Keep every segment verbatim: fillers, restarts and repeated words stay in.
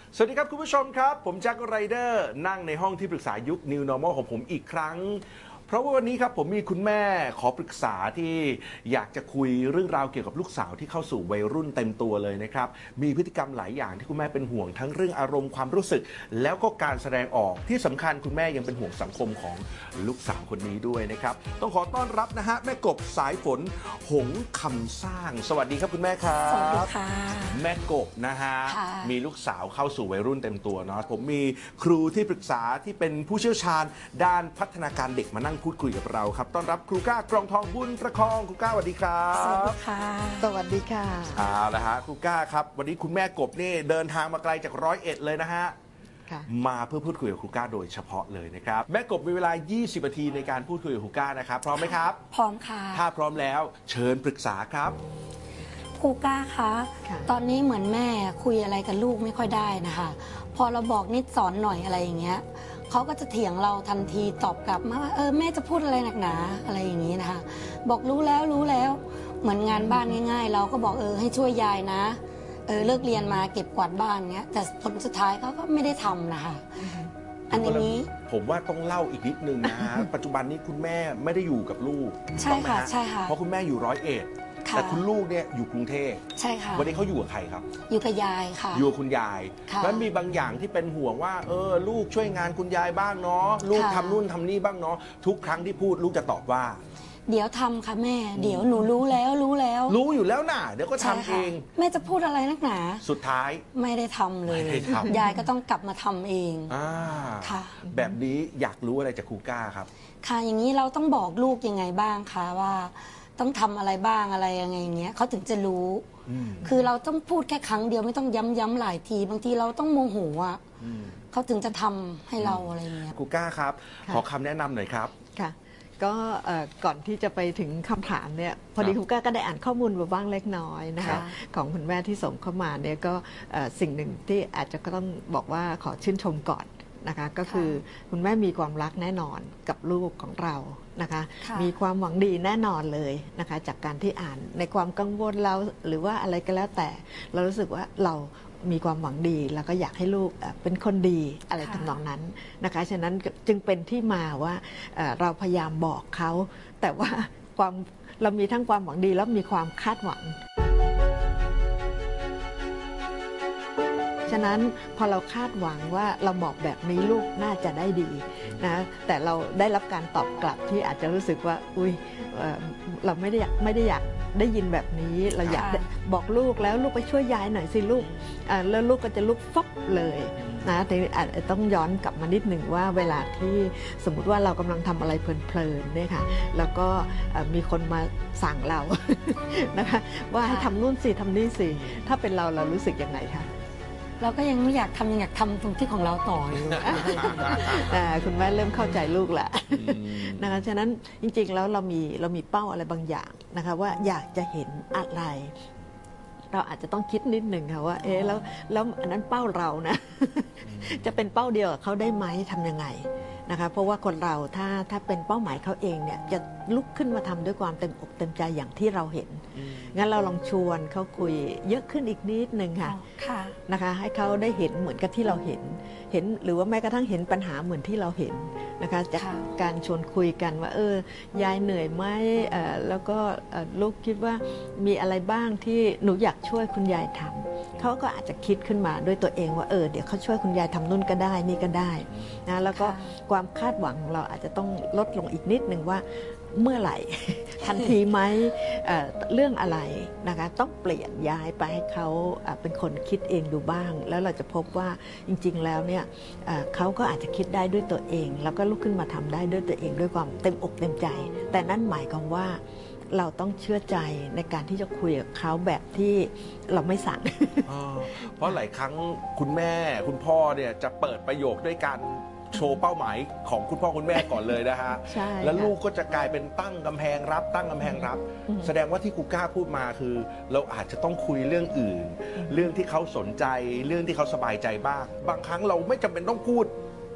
สวัสดีครับคุณผู้ชมครับผมแจ็คไรเดอร์นั่งในห้องที่ปรึกษายุค New Normal ของผมอีกครั้งเพราะว่าวันนี้ครับผมมีคุณแม่ขอปรึกษาที่อยากจะคุยเรื่องราวเกี่ยวกับลูกสาวที่เข้าสู่วัยรุ่นเต็มตัวเลยนะครับมีพฤติกรรมหลายอย่างที่คุณแม่เป็นห่วงทั้งเรื่องอารมณ์ความรู้สึกแล้วก็การแสดงออกที่สำคัญคุณแม่ยังเป็นห่วงสังคมของลูกสาวคนนี้ด้วยนะครับต้องขอต้อนรับนะฮะแม่กบสายฝนหงคำสร้างสวัสดีครับคุณแม่ครับสวัสดีค่ะแม่กบนะฮะมีลูกสาวเข้าสู่วัยรุ่นเต็มตัวเนาะผมมีครูที่ปรึกษาที่เป็นผู้เชี่ยวชาญด้านพัฒนาการเด็กมานั่งพูดคุยกับเราครับต้อนรับครูก้ากรองทองบุญประคองครูก้าสวัสดีครับสวัสดีค่ะสวัสดีค่ะเอาละฮะครูก้าครับวันนี้คุณแม่กบนี่เดินทางมาไกลจากร้อยเอ็ดเลยนะฮะมาเพื่อพูดคุยกับครูก้าโดยเฉพาะเลยนะครับแม่กบมีเวลายี่สิบนาทีในการพูดคุยกับครูก้านะครับพร้อมไหมครับพร้อมค่ะถ้าพร้อมแล้วเชิญปรึกษาครับครูก้าคะตอนนี้เหมือนแม่คุยอะไรกับลูกไม่ค่อยได้นะคะพอเราบอกนิดสอนหน่อยอะไรอย่างเงี้ยเขาก็จะเถียงเราทันทีตอบกลับมาว่าเออแม่จะพูดอะไรหนักหนาอะไรอย่างนี้นะคะบอกรู้แล้วรู้แล้วเหมือนงานบ้านง่ายๆเราก็บอกเออให้ช่วยยายนะเออเลิกเรียนมาเก็บกวาดบ้านเงี้ยแต่ผลสุดท้ายเขาก็ไม่ได้ทำนะคะอันนี้ผมว่าต้องเล่าอีกนิดนึงนะ ปัจจุบันนี้คุณแม่ไม่ได้อยู่กับลูกใช่ค่ะใช่ค่ะเพราะคุณแม่อยู่ร้อยเอ็ดแต่คุณลูกเนี่ยอยู่กรุงเทพใช่ค่ะวันนี้เขาอยู่กับใครครับอยู่กับยายค่ะอยู่กับคุณยายแล้วมีบางอย่างที่เป็นห่วงว่าเออลูกช่วยงานคุณยายบ้างเนาะลูกทำนู่นทำนี่บ้างเนาะทุกครั้งที่พูดลูกจะตอบว่าเดี๋ยวทำค่ะแม่เดี๋ยวหนูรู้แล้วรู้แล้วรู้อยู่แล้วน่ะเดี๋ยวก็ทำเองแม่จะพูดอะไรนักหนาสุดท้ายไม่ได้ทำเลยยายก็ต้องกลับมาทำเองค่ะแบบนี้อยากรู้อะไรจากครูก้าครับค่ะอย่างนี้เราต้องบอกลูกยังไงบ้างคะว่าต้องทำอะไรบ้างอะไรยังไงอย่างเงี้ยเขาถึงจะรู้คือเราต้องพูดแค่ครั้งเดียวไม่ต้องย้ำย้ำหลายทีบางทีเราต้องโมโหอ่ะเขาถึงจะทำให้เราอะไรเงี้ยครูก้าครับขอคำแนะนำหน่อยครับค่ะก็ก่อนที่จะไปถึงคำถามเนี่ยพอดีครูก้าก็ได้อ่านข้อมูลมาบ้างเล็กน้อยนะคะของคุณแม่ที่ส่งเข้ามาเนี่ยก็สิ่งหนึ่งที่อาจจะก็ต้องบอกว่าขอชื่นชมก่อนนะคะก็คือคุณแม่มีความรักแน่นอนกับลูกของเรานะคะมีความหวังดีแน่นอนเลยนะคะจากการที่อ่านในความกังวลเราหรือว่าอะไรก็แล้วแต่เรารู้สึกว่าเรามีความหวังดีแล้วก็อยากให้ลูกเป็นคนดีอะไรทำนองนั้นนะคะฉะนั้นจึงเป็นที่มาว่าเราพยายามบอกเขาแต่ว่าความเรามีทั้งความหวังดีแล้วมีความคาดหวังฉะนั้นพอเราคาดหวังว่าเราบอกแบบนี้ลูกน่าจะได้ดีนะแต่เราได้รับการตอบกลับที่อาจจะรู้สึกว่าอุ้ยเราไม่ได้ไม่ได้อยากได้ยินแบบนี้เราอยากบอกลูกแล้วลูกไปช่วยยายหน่อยสิลูกแล้วลูกก็จะลุกฟับเลยนะแต่อาจจะต้องย้อนกลับมานิดหนึ่งว่าเวลาที่สมมุติว่าเรากำลังทำอะไรเพลินๆเนี่ยค่ะแล้วก็มีคนมาสั่งเรานะคะว่าให้ทำนู่นสิทำนี่สิถ้าเป็นเราเรารู้สึกยังไงคะเราก็ยังไม่อยากทำยังอยากทำตรงที่ของเราต่ออยู่คุณแม่เริ่มเข้าใจลูกแล้วนะคะฉะนั้นจริงๆแล้วเรามีเรามีเป้าอะไรบางอย่างนะคะว่าอยากจะเห็นอะไรเราอาจจะต้องคิดนิดหนึ่งค่ะว่าเอ๊ะแล้วแล้วอันนั้นเป้าเรานะจะเป็นเป้าเดียวกับเขาได้ไหมทำยังไงนะคะเพราะว่าคนเราถ้าถ้าเป็นเป้าหมายเขาเองเนี่ยจะลุกขึ้นมาทำด้วยความเต็มอกเต็มใจอย่างที่เราเห็นงั้นเราลองชวนเขาคุยเยอะขึ้นอีกนิดนึงค่ะนะคะให้เขาได้เห็นเหมือนกับที่เราเห็นเห็นหรือว่าแม้กระทั่งเห็นปัญหาเหมือนที่เราเห็นนะคะจากการชวนคุยกันว่าเออยายเหนื่อยไหมแล้วก็ลูกคิดว่ามีอะไรบ้างที่หนูอยากช่วยคุณยายทำเขาก็อาจจะคิดขึ้นมาด้วยตัวเองว่าเออเดี๋ยวเขาช่วยคุณยายทำนู่นก็ได้นี่ก็ได้นะแล้วก็ความคาดหวังของเราอาจจะต้องลดลงอีกนิดหนึ่งว่าเมื่อไหร่ทันทีไหม เ, เรื่องอะไรนะคะต้องเปลี่ยนย้ายไปให้เขาเป็นคนคิดเองดูบ้างแล้วเราจะพบว่าจริงๆแล้วเนี่ยเขาก็อาจจะคิดได้ด้วยตัวเองแล้วก็ลุกขึ้นมาทำได้ด้วยตัวเองด้วยความเต็มอกเต็มใจแต่นั่นหมายความว่าเราต้องเชื่อใจในการที่จะคุยกับเขาแบบที่เราไม่สั่งเพราะหลายครั้งคุณแม่คุณพ่อเนี่ยจะเปิดประโยคด้วยการโชว์เป้าหมายของคุณพ่อคุณแม่ก่อนเลยนะฮะแล้วลูกก็จะกลายเป็นตั้งกำแพงรับตั้งกำแพงรับแสดงว่าที่ครูก้าพูดมาคือเราอาจจะต้องคุยเรื่องอื่นเรื่องที่เขาสนใจเรื่องที่เขาสบายใจบ้างบางครั้งเราไม่จำเป็นต้องพูด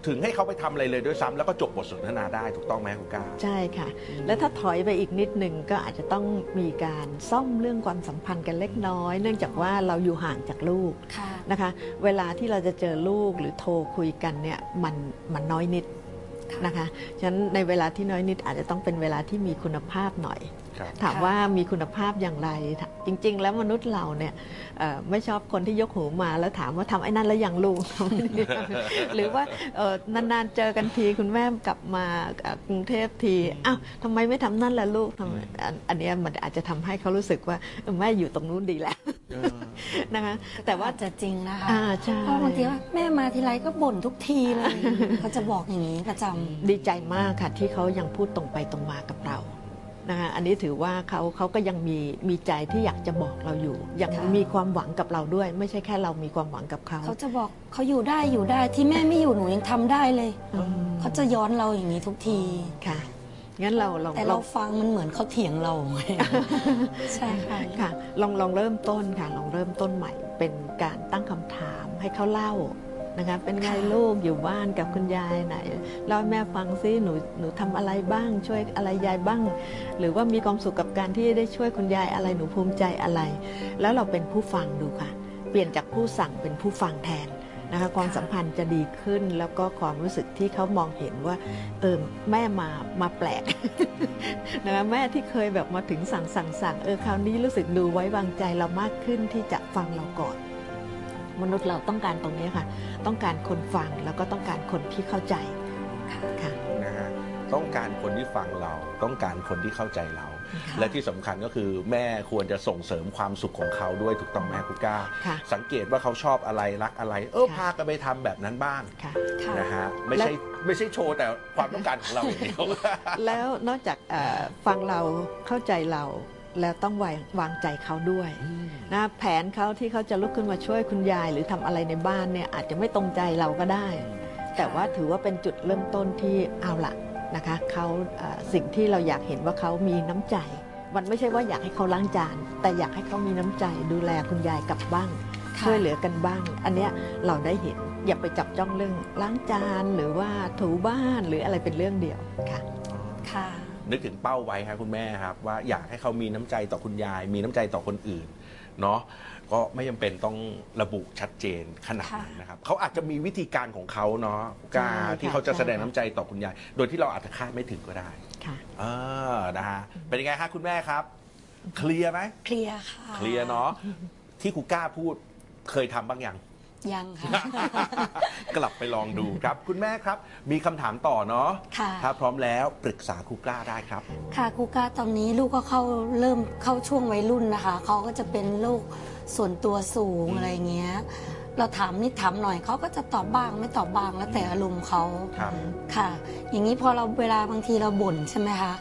ถึงให้เขาไปทำอะไรเลยด้วยซ้ำแล้วก็จบบทสนทนาได้ถูกต้องไหมคุณก้าใช่ค่ะแล้วถ้าถอยไปอีกนิดหนึ่งก็อาจจะต้องมีการซ่อมเรื่องความสัมพันธ์กันเล็กน้อยเนื่องจากว่าเราอยู่ห่างจากลูกนะคะเวลาที่เราจะเจอลูกหรือโทรคุยกันเนี่ยมันมันน้อยนิดนะคะฉะนั้นในเวลาที่น้อยนิดอาจจะต้องเป็นเวลาที่มีคุณภาพหน่อยถามว่ามีคุณภาพอย่างไรจริงๆแล้วมนุษย์เราเนี่ยไม่ชอบคนที่ยกหูมาแล้วถามว่าทำไอ้นั่นแล้วยังลูก หรือว่านานๆเจอกันทีคุณแม่กลับมากรุงเทพทีอ้าวทำไมไม่ทำนั่นล่ะลูกทำอันนี้มันอาจจะทำให้เขารู้สึกว่าแม่อยู่ตรงนู้นดีแล้วนะคะแต่ว่าจะจริงนะคะเพราะบางทีว่าแม่มาทีไรก็บ่นทุกทีเลยเขาจะบอกอย่างนี้ประจำดีใจมากค่ะที่เขายังพูดตรงไปตรงมากับเรานะคะอันนี้ถือว่าเขาเขาก็ยังมีมีใจที่อยากจะบอกเราอยู่ยังมีความหวังกับเราด้วยไม่ใช่แค่เรามีความหวังกับเขาเขาจะบอกเขาอยู่ได้อยู่ได้ที่แม่ไม่อยู่หนูยังทำได้เลยเขาจะย้อนเราอย่างนี้ทุกทีค่ะงั้นเราลองแต่เราฟังมันเหมือนเขาเถียงเราใช่ค่ะค่ะลองลองเริ่มต้นค่ะลองเริ่มต้นใหม่เป็นการตั้งคำถามให้เขาเล่านะคะเป็นไงลูกอยู่บ้านกับคุณยายไหนเล่าให้แม่ฟังซิหนูหนูทำอะไรบ้างช่วยอะไรยายบ้างหรือว่ามีความสุขกับการที่ได้ช่วยคุณยายอะไรหนูภูมิใจอะไรแล้วเราเป็นผู้ฟังดูค่ะเปลี่ยนจากผู้สั่งเป็นผู้ฟังแทนนะคะความสัมพันธ์จะดีขึ้นแล้วก็ความรู้สึกที่เขามองเห็นว่าเออแม่มามาแปลกนะคะแม่ที่เคยแบบมาถึงสั่งสั่งสั่งเออคราวนี้รู้สึกดูไว้วางใจเรามากขึ้นที่จะฟังเราก่อนมนุษย์เราต้องการตรงนี้ค่ะต้องการคนฟังแล้วก็ต้องการคนที่เข้าใจค่ะนะฮะต้องการคนที่ฟังเราต้องการคนที่เข้าใจเราและที่สำคัญก็คือแม่ควรจะส่งเสริมความสุขของเขาด้วยถูกต้องไหมคุณก้าสังเกตว่าเขาชอบอะไรรักอะไรเออพากันไปทำแบบนั้นบ้างนะฮะไม่ใช่ไม่ใช่โชว์แต่ความต้องการของเราอย่างเดียวแล้วนอกจากฟังเราเข้าใจเราแล้วต้องวางวางใจเขาด้วยนะแผนเขาที่เขาจะลุกขึ้นมาช่วยคุณยายหรือทำอะไรในบ้านเนี่ยอาจจะไม่ตรงใจเราก็ได้แต่ว่าถือว่าเป็นจุดเริ่มต้นที่เอาละนะคะเขาสิ่งที่เราอยากเห็นว่าเขามีน้ำใจมันไม่ใช่ว่าอยากให้เขาล้างจานแต่อยากให้เขามีน้ำใจดูแลคุณยายกลับบ้างช่วยเหลือกันบ้างอันเนี้ยเราได้เห็นอย่าไปจับจ้องเรื่องล้างจานหรือว่าถูบ้านหรืออะไรเป็นเรื่องเดียวค่ะค่ะนึกถึงเป้าไว้ครับคุณแม่ครับว่าอยากให้เขามีน้ำใจต่อคุณยายมีน้ำใจต่อคนอื่นเนาะก็ไม่จำเป็นต้องระบุชัดเจนขนาดนั้นนะครับเขาอาจจะมีวิธีการของเขาเนาะการที่เขาจะแสดงน้ำใจต่อคุณยายโดยที่เราอาจจะคาดไม่ถึงก็ได้ค่ะเออนะฮะเป็นยังไงฮะคุณแม่ครับเคลียร์ไหมเคลียร์ค่ะเคลียร์เนาะที่ครูก้าพูดเคยทำบ้างยังยังค่ะกลับไปลองดูครับคุณแม่ครับมีคำถามต่อเนาะถ้าพร้อมแล้วปรึกษาครูกล้าได้ครับค่ะครูกล้าตอนนี้ลูกก็เข้าเริ่มเข้าช่วงวัยรุ่นนะคะเขาก็จะเป็นโรคส่วนตัวสูงอะไรเงี้ยเราถามนิดถามหน่อยเขาก็จะตอบบ้างไม่ตอบบ้างแล้วแต่อารมณ์เขาค่ะอย่างนี้พอเราเวลาบางทีเราบ่นใช่ไหมคะ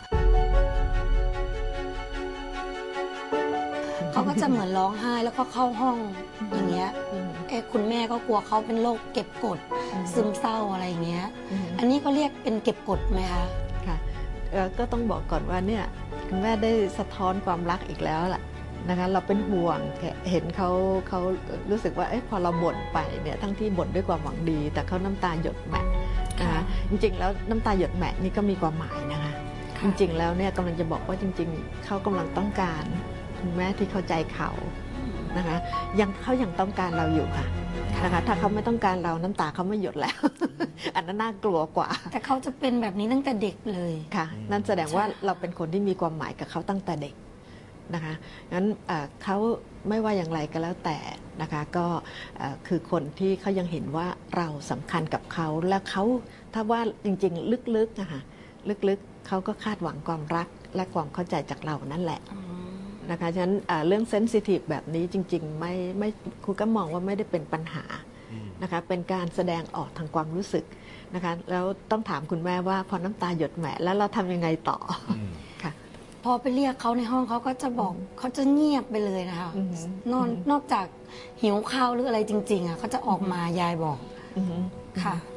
เขาก็จะเหมือนร้องไห้แล้วก็เข้าห้องอย่างเงี้ยเอ๊ะคุณแม่ก็กลัวเขาเป็นโรคเก็บกดซึมเศร้าอะไรอย่างเงี้ยอันนี้ก็เรียกเป็นเก็บกดไหมคะค่ะก็ต้องบอกก่อนว่าเนี่ยคุณแม่ได้สะท้อนความรักอีกแล้วล่ะนะคะเราเป็นห่วงเห็นเขาเขารู้สึกว่าเอ๊ะพอเราบ่นไปเนี่ยทั้งที่บ่นด้วยความหวังดีแต่เขาน้ำตาหยดแหมะนะคะจริงๆแล้วน้ำตาหยดแหมะนี่ก็มีความหมายนะคะจริงๆแล้วเนี่ยกำลังจะบอกว่าจริงๆเขากำลังต้องการคุณแม่ที่เข้าใจเขานะคะยังเขายังต้องการเราอยู่ค่ะนะคะถ้าเขาไม่ต้องการเราน้ำตาเขาไม่หยดแล้ว อันนั้นน่ากลัวกว่าแต่เขาจะเป็นแบบนี้ตั้งแต่เด็กเลยค่ะนั่นแสดงว่าเราเป็นคนที่มีความหมายกับเขาตั้งแต่เด็กนะคะงั้นเขาไม่ว่าอย่างไรก็แล้วแต่นะคะก็คือคนที่เขายังเห็นว่าเราสำคัญกับเขาและเขาถ้าว่าจริงๆลึกๆนะคะลึกๆเขาก็คาดหวังความรักและความเข้าใจจากเรานั่นแหละนะคะฉะนั้นเรื่องเซนซิทีฟแบบนี้จริงๆไม่ไม่ครูก็มองว่าไม่ได้เป็นปัญหานะคะเป็นการแสดงออกทางความรู้สึกนะคะแล้วต้องถามคุณแม่ว่าพอน้ำตาหยดแหมแล้วเราทำยังไงต่อค่ะพอไปเรียกเขาในห้องเขาก็จะบอกเขาจะเงียบไปเลยนะคะนอนนอกจากหิวข้าวหรืออะไรจริงๆอ่ะเขาจะออกมายายบอกค่ะ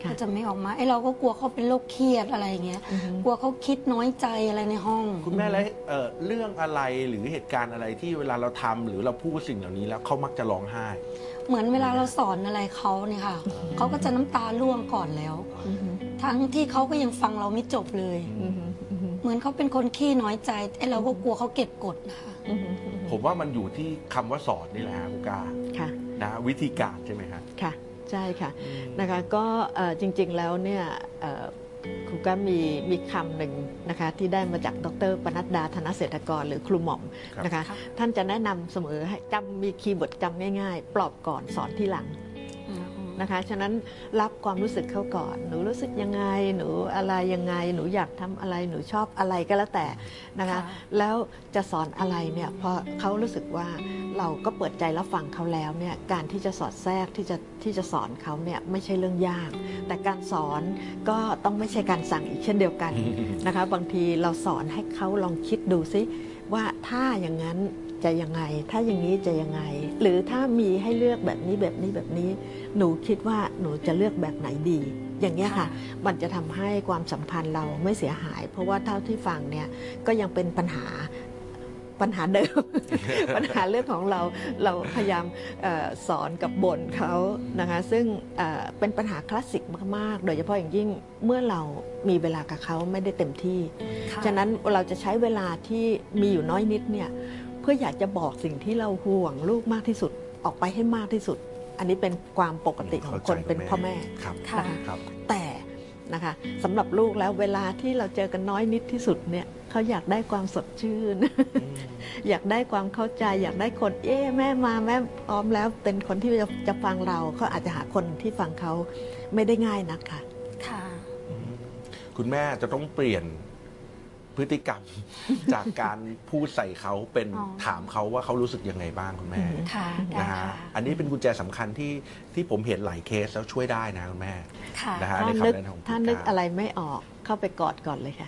ก็จะไม่ออกมาไอ้เราก็กลัวเขาเป็นโรคเครียดอะไรอย่างเงี้ยกลัวเขาคิดน้อยใจอะไรในห้องคุณแม่แล้วเอ่อเรื่องอะไรหรือเหตุการณ์อะไรที่เวลาเราทำหรือเราพูดสิ่งเหล่านี้แล้วเขามักจะร้องไห้เหมือนเวลาเราสอนอะไรเขาเนี่ยค่ะเขาก็จะน้ำตาร่วงก่อนแล้วทั้งที่เขาก็ยังฟังเราไม่จบเลย เหมือนเขาเป็นคนขี้น้อยใจไอ้เราก็กลัวเขาเก็บกดนะคะผมว่ามันอยู่ที่คำว่าสอนนี่แหละฮะคุณกาค่ะนะวิธีการใช่ไหมฮะค่ะใช่ค่ะนะคะก็เอ่อจริงๆแล้วเนี่ยเอ่อครูก็มีมีคำหนึ่งนะคะที่ได้มาจากดรปนัดดาธนเศรษฐกรหรือครูหม่อมนะคะท่านจะแนะนำเสมอให้จำมีคีย์เวิร์ดจำง่ายๆ ปลอบก่อนสอนที่หลังนะคะฉะนั้นรับความรู้สึกเขาก่อนหนูรู้สึกยังไงหนูอะไรยังไงหนูอยากทำอะไรหนูชอบอะไรก็แล้วแต่นะคะแล้วจะสอนอะไรเนี่ยพอเขารู้สึกว่าเราก็เปิดใจรับฟังเขาแล้วเนี่ยการที่จะสอดแทรกที่จะที่จะสอนเขาเนี่ยไม่ใช่เรื่องยากแต่การสอนก็ต้องไม่ใช่การสั่งอีกเช่นเดียวกันนะคะบางทีเราสอนให้เขาลองคิดดูซิว่าถ้าอย่างนั้นจะยังไงถ้าอย่างนี้จะยังไงหรือถ้ามีให้เลือกแบบนี้แบบนี้แบบนี้หนูคิดว่าหนูจะเลือกแบบไหนดีอย่างนี้ค่ะมันจะทำให้ความสัมพันธ์เราไม่เสียหายเพราะว่าเท่าที่ฟังเนี่ยก็ยังเป็นปัญหาปัญหาเดิม ปัญหาเรื่องของเราเราพยายามออสอนกับบ่นเขานะคะซึ่งเป็นปัญหาคลาสสิกมากๆโดยเฉพาะอย่างยิ่งเมื่อเรามีเวลากับเขาไม่ได้เต็มที่ฉะนั้นเราจะใช้เวลาที่มีอยู่น้อยนิดเนี่ยเพื่ออยากจะบอกสิ่งที่เราห่วงลูกมากที่สุดออกไปให้มากที่สุดอันนี้เป็นความปกติของคนเป็นพ่อแม่นะคะแต่นะคะสำหรับลูกแล้วเวลาที่เราเจอกันน้อยนิดที่สุดเนี่ยเขาอยากได้ความสดชื่น อยากได้ความเข้าใจอยากได้คนเอ๊ะแม่มาแม่พร้อมแล้วเป็นคนที่จะจะฟังเราเขาอาจจะหาคนที่ฟังเขาไม่ได้ง่ายนักค่ะค่ะคุณแม่จะต้องเปลี่ยนพฤติกรรม จากการพูดใส่เขาเป็นถามเขาว่าเขารู้สึกยังไงบ้างคุณแม่นะฮะอันนี้เป็นกุญแจสำคัญที่ที่ผมเห็นหลายเคสแล้วช่วยได้นะคุณแม่นะฮะในคำแนะนำของถ้านึกอะไรไม่ออกเข้าไปกอดก่อนเลยค่ะ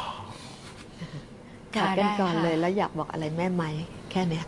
กอดกันก่อนเลยแล้วอยากบอกอะไรแม่ไหมแค่เนี้ย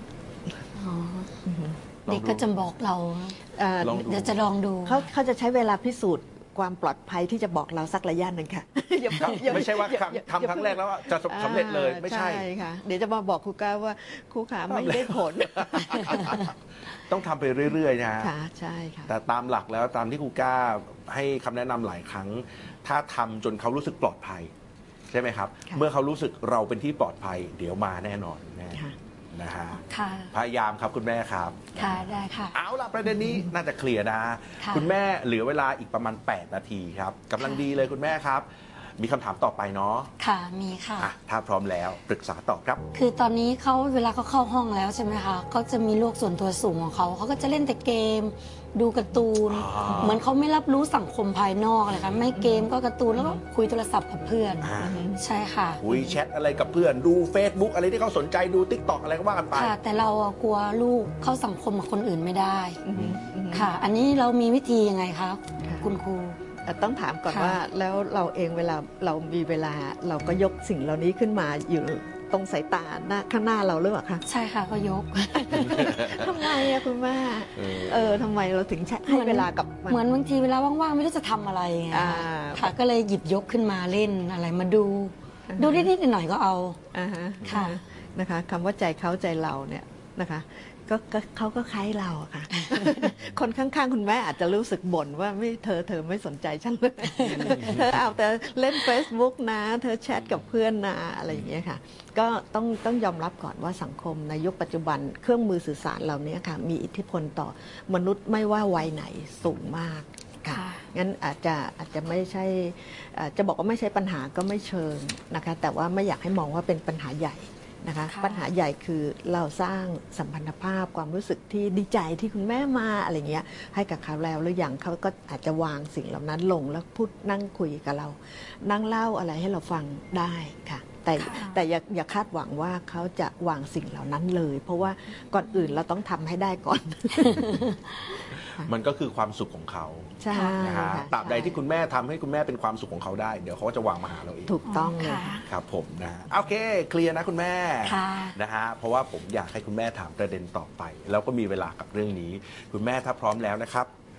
เด็กก็จะบอกเราเดี๋ยวจะลองดูเขาเขาจะใช้เวลาพิสูจน์ความปลอดภัยที่จะบอกเราสักระยะหนึ่งค่ะไม่ใช่ว่าทำครั้งแรกแล้วจะสำเร็จเลยไม่ใช่ค่ะเดี๋ยวจะมาบอกครูก้าว่าครูขาไม่ได้ผลต้องทำไปเรื่อยๆนะค่ะใช่ค่ะแต่ตามหลักแล้วตามที่ครูก้าให้คำแนะนำหลายครั้งถ้าทำจนเขารู้สึกปลอดภัยใช่ไหมครับเมื่อเขารู้สึกเราเป็นที่ปลอดภัยเดี๋ยวมาแน่นอนแน่นะฮะพยายามครับคุณแม่ครับค่ะได้ค่ะเอาล่ะประเด็นนี้น่าจะเคลียร์นะคุณแม่เหลือเวลาอีกประมาณแปดนาทีครับกำลังดีเลยคุณแม่ครับมีคำถามต่อไปเนาะค่ะมีค่ะถ้าพร้อมแล้วปรึกษาตอบครับคือตอนนี้เขาเวลาเขาเข้าห้องแล้วใช่ไหมคะเขาจะมีโลกส่วนตัวสูงของเขาเขาก็จะเล่นแต่เกมดูการ์ตูนเหมือนเขาไม่รับรู้สังคมภายนอกเลยค่ะไม่เกมก็การ์ตูนแล้วก็คุยโทรศัพท์กับเพื่อนใช่ค่ะคุยแชทอะไรกับเพื่อนดู Facebook อะไรที่เขาสนใจดู ติ๊กต็อก อะไรก็ว่ากันไปค่ะแต่เรากลัวลูกเข้าสังคมกับคนอื่นไม่ได้ค่ะอันนี้เรามีวิธียังไงคะคุณครูต้องถามก่อนว่าแล้วเราเองเวลาเรามีเวลาเราก็ยกสิ่งเหล่านี้ขึ้นมาอยู่ตรงสายตาหน้าข้างหน้าเราหรือเปล่าคะใช่ค่ะก็ยกทำไมอะคุณแม่เออทำไมเราถึงให้เวลากับเหมือนบางทีเวลาว่างๆไม่รู้จะทำอะไรไงค่ะก็เลยหยิบยกขึ้นมาเล่นอะไรมาดูดูนิดๆหน่อยๆก็เอาค่ะนะคะคำว่าใจเขาใจเราเนี่ยนะคะก็เขาก็คล้ายเราค่ะคนข้างๆคุณแม่อาจจะรู้สึกบ่นว่าไม่เธอเธอไม่สนใจฉันเลยเธอเอาแต่เล่น Facebook นะเธอแชทกับเพื่อนนะอะไรอย่างเงี้ยค่ะก็ต้องต้องยอมรับก่อนว่าสังคมในยุคปัจจุบันเครื่องมือสื่อสารเหล่านี้ค่ะมีอิทธิพลต่อมนุษย์ไม่ว่าวัยไหนสูงมากค่ะงั้นอาจจะอาจจะไม่ใช่จะบอกว่าไม่ใช่ปัญหาก็ไม่เชิงนะคะแต่ว่าไม่อยากให้มองว่าเป็นปัญหาใหญ่นะคะปัญหาใหญ่คือเราสร้างสัมพันธภาพความรู้สึกที่ดีใจที่คุณแม่มาอะไรเงี้ยให้กับเขาแล้วหรืออย่างเขาก็อาจจะวางสิ่งเหล่านั้นลงแล้วพูดนั่งคุยกับเรานั่งเล่าอะไรให้เราฟังได้ค่ะแต่แต่อย่าอย่าคาดหวังว่าเขาจะวางสิ่งเหล่านั้นเลยเพราะว่าก่อนอื่นเราต้องทำให้ได้ก่อนมันก็คือความสุขของเขาใช่นะฮะตราบใดที่คุณแม่ทำให้คุณแม่เป็นความสุขของเขาได้เดี๋ยวเขาจะวางมาหาเราเองถูกต้องเลยครับผมนะโอเคเคลียร์นะคุณแม่นะฮะเพราะว่าผมอยากให้คุณแม่ถามประเด็นต่อไปแล้วก็มีเวลากับเรื่องนี้คุณแม่ถ้าพร้อมแล้วนะครับ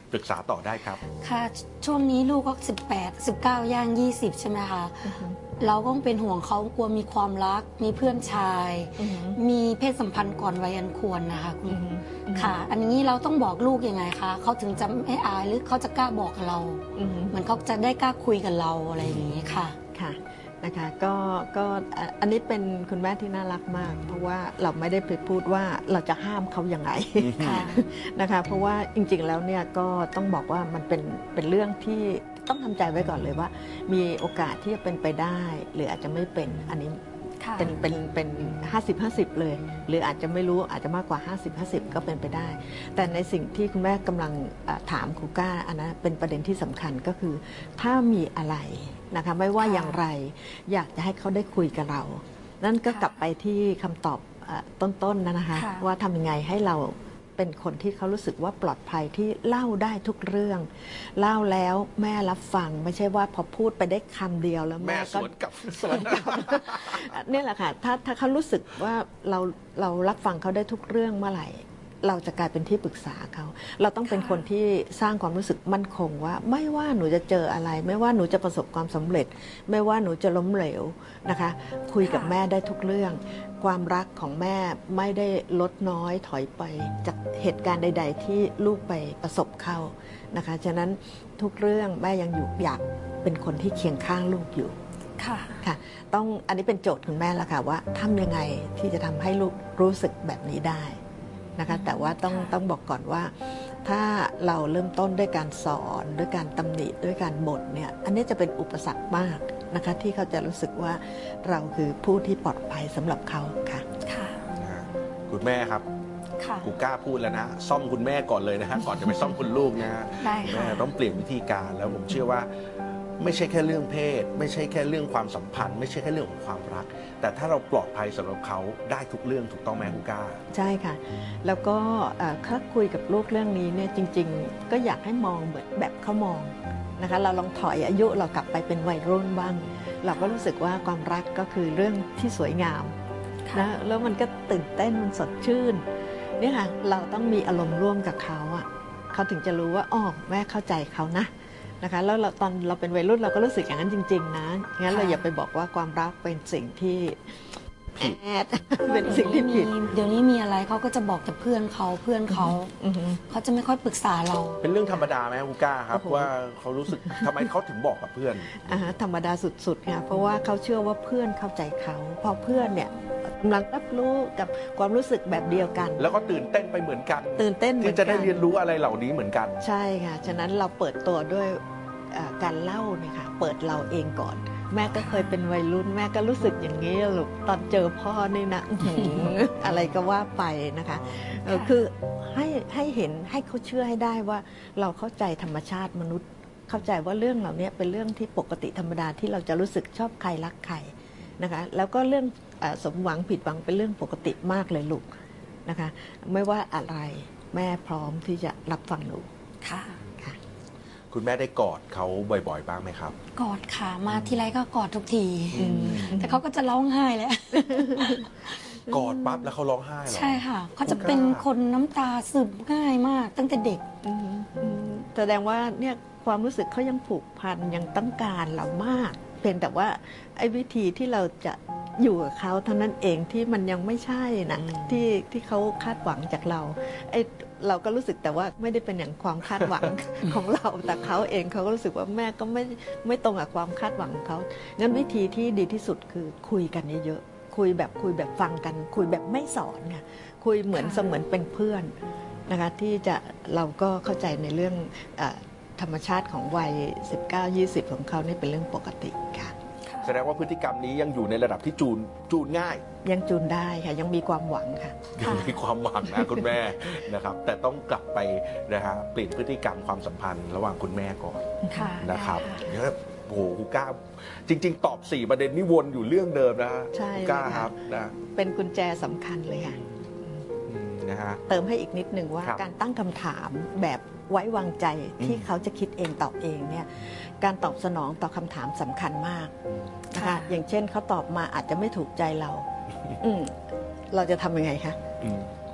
ปรึกษาต่อได้ครับค่ะช่วงนี้ลูกก็สิบแปด สิบเก้าย่างยี่สิบใช่ไหมคะเราก็เป็นห่วงเขากลัวมีความรักมีเพื่อนชายมีเพศสัมพันธ์ก่อนวัยอันควรนะคะคุณค่ะ อันนี้เราต้องบอกลูกยังไงคะเขาถึงจะไม่อายหรือเขาจะกล้าบอกกับเราเหมือนเขาจะได้กล้าคุยกับเราอะไรอย่างนี้ค่ะค่ะนะคะก็ก็อันนี้เป็นคุณแม่ที่น่ารักมากเพราะว่าเราไม่ได้ไปพูดว่าเราจะห้ามเขาอย่างไรนะคะเพราะว่าจริงๆแล้วเนี่ยก็ต้องบอกว่ามันเป็นเป็นเรื่องที่ต้องทำใจไว้ก่อนเลยว่ามีโอกาสที่จะเป็นไปได้หรืออาจจะไม่เป็นอันนี้เป็นเป็นเป็นห้าสิบห้าสิบเลยหรืออาจจะไม่รู้อาจจะมากกว่าห้าสิบ ห้าสิบก็เป็นไปได้แต่ในสิ่งที่คุณแม่กำลังถามครูก้าอันนั้นเป็นประเด็นที่สำคัญก็คือถ้ามีอะไรนะคะไม่ว่าอย่างไรอยากจะให้เขาได้คุยกับเรานั่นก็กลับไปที่คำตอบต้นๆนะคะว่าทำยังไงให้เราเป็นคนที่เขารู้สึกว่าปลอดภัยที่เล่าได้ทุกเรื่องเล่าแล้วแม่รับฟังไม่ใช่ว่าพอพูดไปได้คำเดียวแล้วแม่ก็สวนกลับสวนกลับนี่แหละค่ะถ้าถ้าเขารู้สึกว่าเราเรารับฟังเขาได้ทุกเรื่องเมื่อไหร่เราจะกลายเป็นที่ปรึกษาเขาเราต้องเป็นคนที่สร้างความรู้สึกมั่นคงว่าไม่ว่าหนูจะเจออะไรไม่ว่าหนูจะประสบความสำเร็จไม่ว่าหนูจะล้มเหลวนะคะคุยกับแม่ได้ทุกเรื่องความรักของแม่ไม่ได้ลดน้อยถอยไปจากเหตุการณ์ใดๆที่ลูกไปประสบเข้านะคะฉะนั้นทุกเรื่องแม่ยังอยู่อยากเป็นคนที่เคียงข้างลูกอยู่ค่ะค่ะต้องอันนี้เป็นโจทย์คุณแม่แล้วค่ะว่าทำยังไงที่จะทำให้ลูกรู้สึกแบบนี้ได้นะคะแต่ว่าต้องต้องบอกก่อนว่าถ้าเราเริ่มต้นด้วยการสอนด้วยการตำหนิด้วยการบ่นเนี่ยอันนี้จะเป็นอุปสรรคมากนะคะที่เขาจะรู้สึกว่าเราคือผู้ที่ปลอดภัยสำหรับเขาค่ะค่ะคุณแม่ครับกูกล้าพูดแล้วนะซ่อมคุณแม่ก่อนเลยนะฮะก่อนจะไปซ่อมคุณลูกนะฮะแม่ต้องเปลี่ยนวิธีการแล้วผมเชื่อว่าไม่ใช่แค่เรื่องเพศไม่ใช่แค่เรื่องความสัมพันธ์ไม่ใช่แค่เรื่องของความรักแต่ถ้าเราปลอดภัยสำหรับเขาได้ทุกเรื่องถูกต้องไหมคุณก้าใช่ค่ะแล้วก็ถ้าคุยกับลูกเรื่องนี้เนี่ยจริงๆก็อยากให้มองแบบแบบเขามองนะคะเราลองถอยอายุเรากลับไปเป็นวัยรุ่นบ้างเราก็รู้สึกว่าความรักก็คือเรื่องที่สวยงามนะแล้วมันก็ตื่นเต้นมันสดชื่นนี่ค่ะเราต้องมีอารมณ์ร่วมกับเขาอ่ะเขาถึงจะรู้ว่าอ๋อแม่เข้าใจเขานะนะคะแล้วเราตอนเราเป็นวัยรุ่นเราก็รู้สึกอย่างนั้นจริงๆนะงั้นเราอย่าไปบอกว่าความรักเป็นสิ่งที่แอดเป็นสิ่งที่ผิดเดี๋ยวนี้มีอะไรเขาก็จะบอกแต่เพื่อนเขาเพื่อนเขาเขาจะไม่ค่อยปรึกษาเราเป็นเรื่องธรรมดาไหมครูก้าครับว่าเขารู้สึกทำไมเขาถึงบอกกับเพื่อนธรรมดาสุดๆค่ะเพราะว่าเขาเชื่อว่าเพื่อนเข้าใจเขาพอเพื่อนเนี่ยกำลังรับรู้กับความรู้สึกแบบเดียวกันแล้วก็ตื่นเต้นไปเหมือนกันตื่นเต้นที่จะได้เรียนรู้อะไรเหล่านี้เหมือนกันใช่ค่ะฉะนั้นเราเปิดตัวด้วยการเล่าเนี่ยค่ะเปิดเราเองก่อนแม่ก็เคยเป็นวัยรุ่นแม่ก็รู้สึกอย่างนี้ลูกตอนเจอพ่อนี่นะ อะไรก็ว่าไปนะคะคือให้ให้เห็นให้เขาเชื่อให้ได้ว่าเราเข้าใจธรรมชาติมนุษย์เข้าใจว่าเรื่องเหล่านี้เป็นเรื่องที่ปกติธรรมดาที่เราจะรู้สึกชอบใครรักใครนะคะแล้วก็เรื่องสมหวังผิดหวังเป็นเรื่องปกติมากเลยลูกนะคะไม่ว่าอะไรแม่พร้อมที่จะรับฟังหนูค่ะคุณแม่ได้กอดเขาบ่อยๆบ้างไหมครับกอดค่ะมาทีไรก็กอดทุกทีแต่เขาก็จะร้องไห้แหละกอดปั๊บแล้วเขาร้องไห้เหรอใช่ค่ะเขาจะเป็นคนน้ำตาซึมง่ายมากตั้งแต่เด็กแสดงว่าเนี่ยความรู้สึกเขายังผูกพันยังต้องการเรามากเพียงแต่ว่าไอ้วิธีที่เราจะอยู่กับเขาเท่านั้นเองที่มันยังไม่ใช่นะที่ที่เขาคาดหวังจากเราไอ้เราก็รู้สึกแต่ว่าไม่ได้เป็นอย่างความคาดหวังของเราแต่เขาเองเขาก็รู้สึกว่าแม่ก็ไม่ไม่ตรงกับความคาดหวังของเขางั้นวิธีที่ดีที่สุดคือคุยกันเยอะๆคุยแบบคุยแบบฟังกันคุยแบบไม่สอนค่ะคุยเหมือนเสมือนเป็นเพื่อนนะคะที่จะเราก็เข้าใจในเรื่องธรรมชาติของวัย สิบเก้า ยี่สิบ ของเขานี่เป็นเรื่องปกติค่ะแสดงว่าพฤติกรรมนี้ยังอยู่ในระดับที่จูนจูนง่ายยังจูนได้ค่ะยังมีความหวังค่ะยังมีความหวังนะคุณแม่นะครับแต่ต้องกลับไปนะฮะเปลี่ยนพฤติกรรมความสัมพันธ์ระหว่างคุณแม่ก่อนนะครับโอ้โหคุณก้าจริงๆตอบสี่ประเด็นนี่วนอยู่เรื่องเดิมนะคุณก้าครับนะเป็นกุญแจสำคัญเลยค่ะนะฮะเติมให้อีกนิดนึงว่าการตั้งคำถามแบบไว้วางใจที่เขาจะคิดเองตอบเองเนี่ยการตอบสนองต่อคำถามสำคัญมากนะคะอย่างเช่นเขาตอบมาอาจจะไม่ถูกใจเราเราจะทำยังไงคะ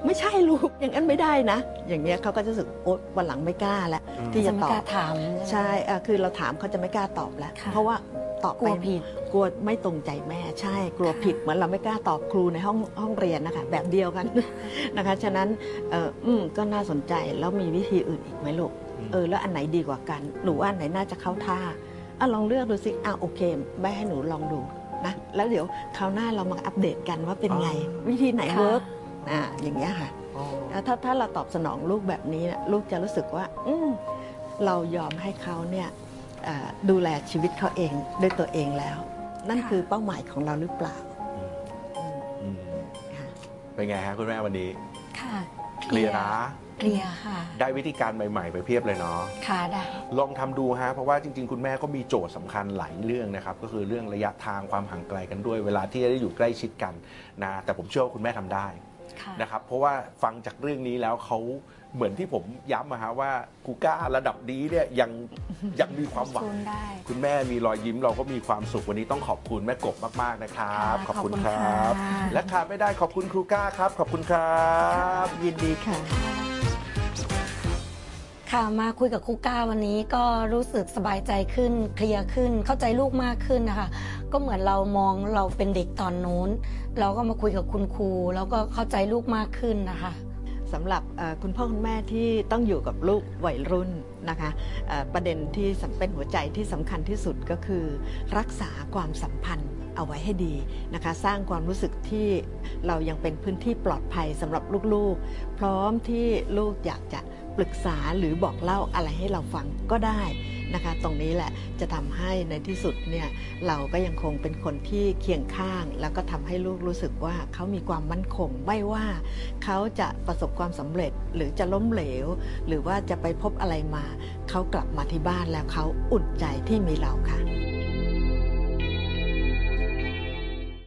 ไม่ใช่ลูกอย่างนั้นไม่ได้นะ อย่างเงี้ยเขาก็จะรู้สึกโอ๊ยวันหลังไม่กล้าแล้วที่จะจะไม่ตอกล้าบถามใช่เอ่อคือเราถามเขาจะไม่กล้าตอบแล้วค่ะเพราะว่าตอบกลัไปวผิดกลัวไม่ตรงใจแม่ใช่กลัวค่ะผิดเหมือนเราไม่กล้าตอบครูในห้องห้องเรียนนะคะแบบเดียวกัน นะคะฉะนั้นเอออืมก็น่าสนใจแล้วมีวิธีอื่นอีกไหมลูกเออแล้วอันไหนดีกว่ากันหนูว่าอันไหนน่าจะเข้าท่าอ่ะลองเลือกดูสิอ่ะโอเคแม่ให้หนูลองดูนะแล้วเดี๋ยวคราวหน้าเรามาอัปเดตกันว่าเป็นไง วิธีไหนค่ะเวิร์กอ่ะอย่างเงี้ยค่ะอ๋อถ้าถ้าเราตอบสนองลูกแบบนี้นะลูกจะรู้สึกว่า อืมเรายอมให้เขาเนี่ยเอ่อดูแลชีวิตเขาเองด้วยตัวเองแล้ว นั่นค่ะคือเป้าหมายของเราหรือเปล่าอืมค่ะเป็นไงฮะคุณแม่วันนี้ค่ะเคลียร์นะเคลียร์ค่ะได้วิธีการใหม่ ๆ ไปเพียบเลยเนาะค่ะได้ลองทำดูฮะเพราะว่าจริงๆ คุณแม่ก็มีโจทย์สำคัญหลายเรื่องนะครับ ก็คือเรื่องระยะทางความห่างไกลกันด้วย เวลาที่ได้อยู่ใกล้ชิดกันนะแต่ผมเชื่อว่าคุณแม่ทำได้ค่ะนะครับเพราะว่าฟังจากเรื่องนี้แล้วเขาเหมือนที่ผมย้ำมาฮะว่ากูก้าระดับนี้เนี่ยยังยังมีความหวังซูนได้คุณแม่มีรอยยิ้มเราก็มีความสุขวันนี้ต้องขอบคุณแม่กบมากๆนะครับค่ะขอบคุณขอบคุณครับค่ะและขาดไม่ได้ขอบคุณครูก้าครับ ขอบคุณครับยินดีค่ะค่ะมาคุยกับครูก้าวันนี้ก็รู้สึกสบายใจขึ้นเคลียร์ขึ้นเข้าใจลูกมากขึ้นนะคะก็เหมือนเรามองเราเป็นเด็กตอนนู้น เราก็มาคุยกับคุณครูแล้วก็เข้าใจลูกมากขึ้นนะคะสำหรับเอ่อคุณพ่อคุณแม่ที่ต้องอยู่กับลูกวัยรุ่นนะคะเอ่อประเด็นที่สำเป็นหัวใจที่สำคัญที่สุดก็คือ รักษาความสัมพันธ์เอาไว้ให้ดีนะคะสร้างความรู้สึกที่เรายังเป็นพื้นที่ปลอดภัยสำหรับลูกๆ พร้อมที่ลูกอยากจะปรึกษาหรือบอกเล่าอะไรให้เราฟังก็ได้นะคะตรงนี้แหละจะทำให้ในที่สุดเนี่ยเราก็ยังคงเป็นคนที่เคียงข้าง แล้วก็ทำให้ลูกรู้สึกว่าเขามีความมั่นคงไม่ว่าเขาจะประสบความสำเร็จหรือจะล้มเหลว หรือว่าจะไปพบอะไรมาเขากลับมาที่บ้านแล้วเขาอุ่นใจที่มีเราค่ะ